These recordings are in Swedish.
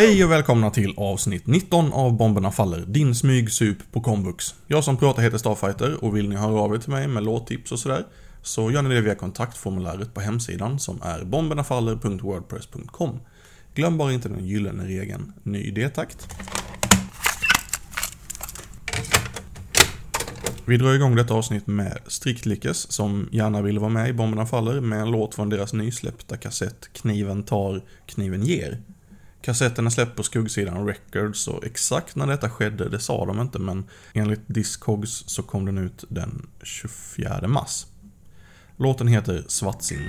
Hej och välkomna till avsnitt 19 av Bomberna Faller, din smygsup på komvux. Jag som pratar heter Starfighter och vill ni höra av er till mig med låttips och sådär så gör ni det via kontaktformuläret på hemsidan som är bombernafaller.wordpress.com. Glöm bara inte den gyllene regeln, ny idétakt. Vi drar igång detta avsnitt med Strictlyckes som gärna vill vara med i Bomberna Faller med en låt från deras nysläppta kassett Kniven tar, kniven ger. Kassetten är släppt på skuggsidan Records och exakt när detta skedde det sa de inte, men enligt Discogs så kom den ut den 24 mars. Låten heter Svartsinn.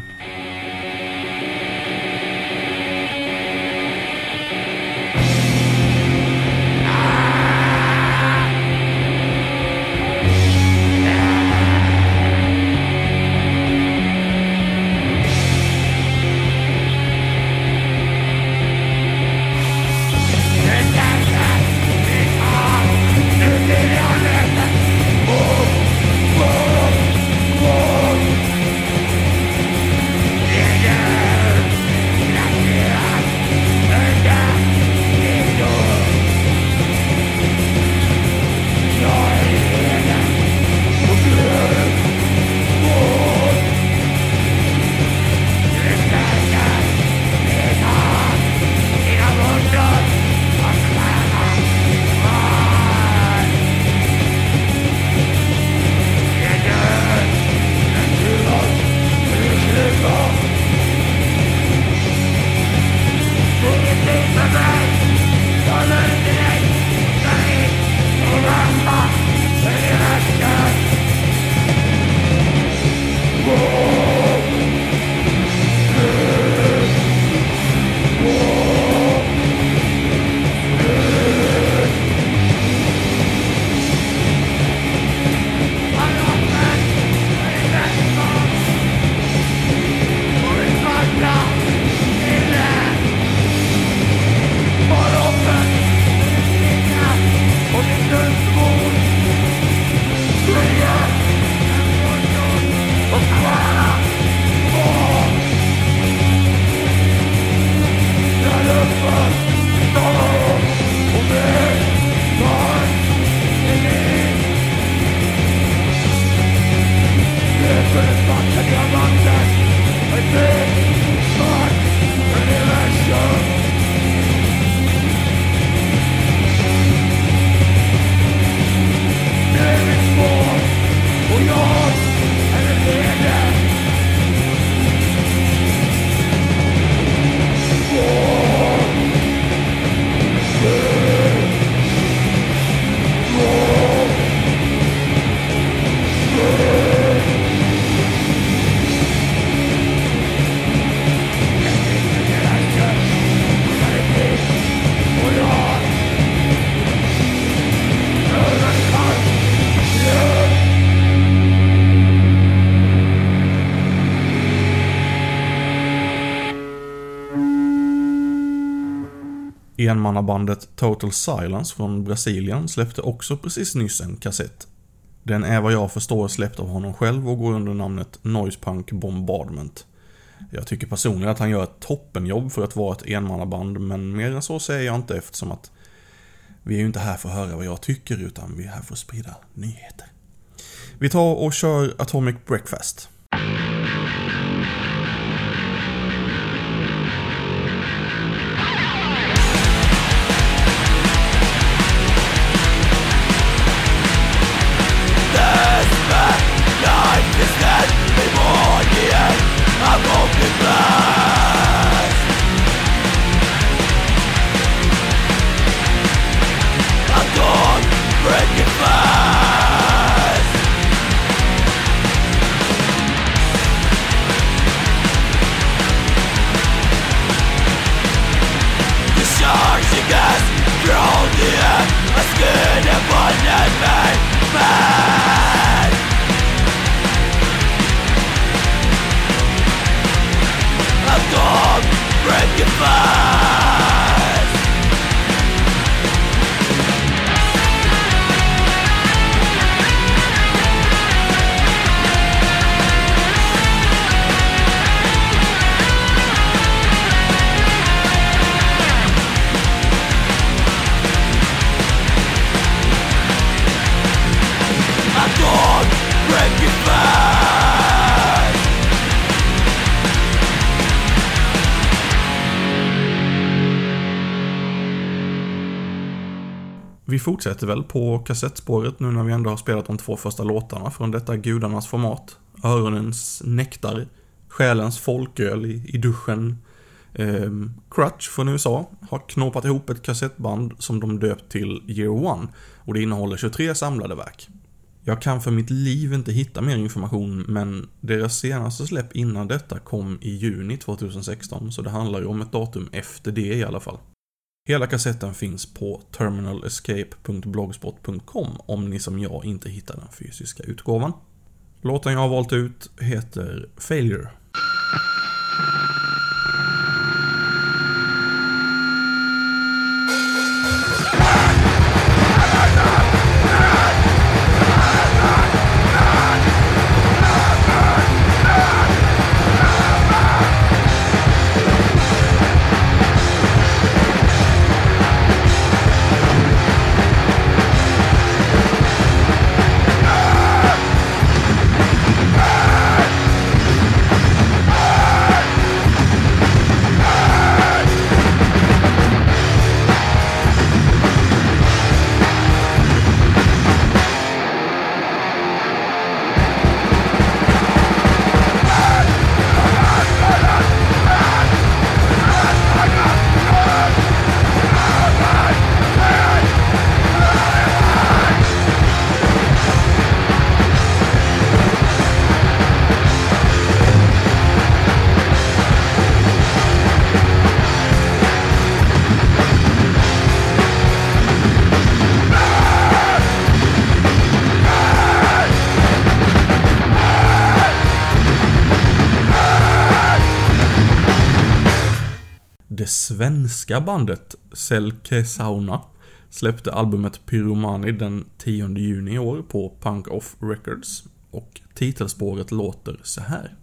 Enmannabandet Total Silence från Brasilien släppte också precis nyss en kassett. Den är vad jag förstår släppt av honom själv och går under namnet Noise Punk Bombardment. Jag tycker personligen att han gör ett toppenjobb för att vara ett enmannaband, men mer än så säger jag inte eftersom att vi är ju inte här för att höra vad jag tycker utan vi är här för att sprida nyheter. Vi tar och kör Atomic Breakfast. Vi fortsätter väl på kassettspåret nu när vi ändå har spelat de 2 första låtarna från detta gudarnas format. Öronens nektar, själens folköl i duschen. Crutch från USA har knåpat ihop ett kassettband som de döpt till Year One, och det innehåller 23 samlade verk. Jag kan för mitt liv inte hitta mer information, men deras senaste släpp innan detta kom i juni 2016, så det handlar ju om ett datum efter det i alla fall. Hela kassetten finns på terminalescape.blogspot.com om ni som jag inte hittar den fysiska utgåvan. Låten jag har valt ut heter Failure. Det svenska bandet Selke Sauna släppte albumet Pyromani den 10 juni i år på Punk Off Records, och titelspåret låter så här.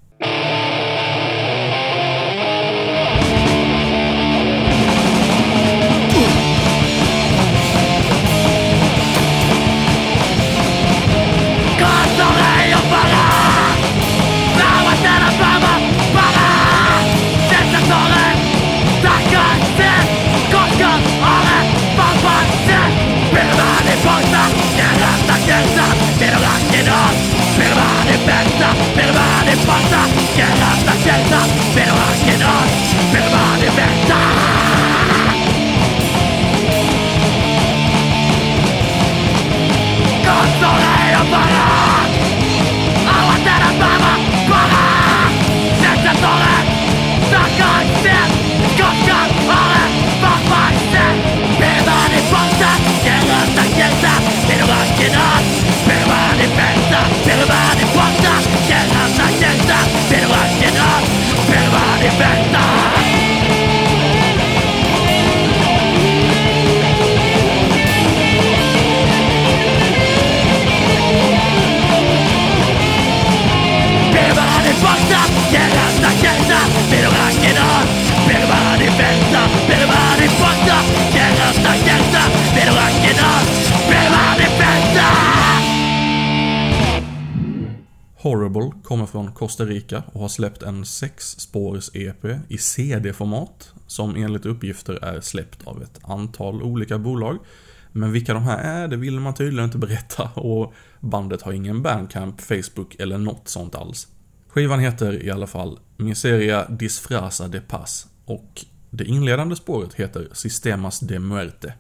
Horrible kommer från Costa Rica och har släppt en 6-spårs EP i CD-format som enligt uppgifter är släppt av ett antal olika bolag. Men vilka de här är, det vill man tydligen inte berätta, och bandet har ingen Bandcamp, Facebook eller något sånt alls. Skivan heter i alla fall Miseria Disfraza de Paz, och det inledande spåret heter Sistemas de Muerte.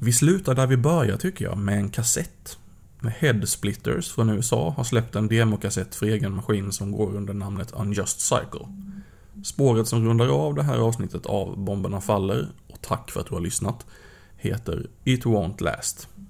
Vi slutar där vi börjar tycker jag, med en kassett. Head Splitters från USA har släppt en demokassett för egen maskin som går under namnet Unjust Cycle. Spåret som rundar av det här avsnittet av Bomberna Faller, och tack för att du har lyssnat, heter It Won't Last.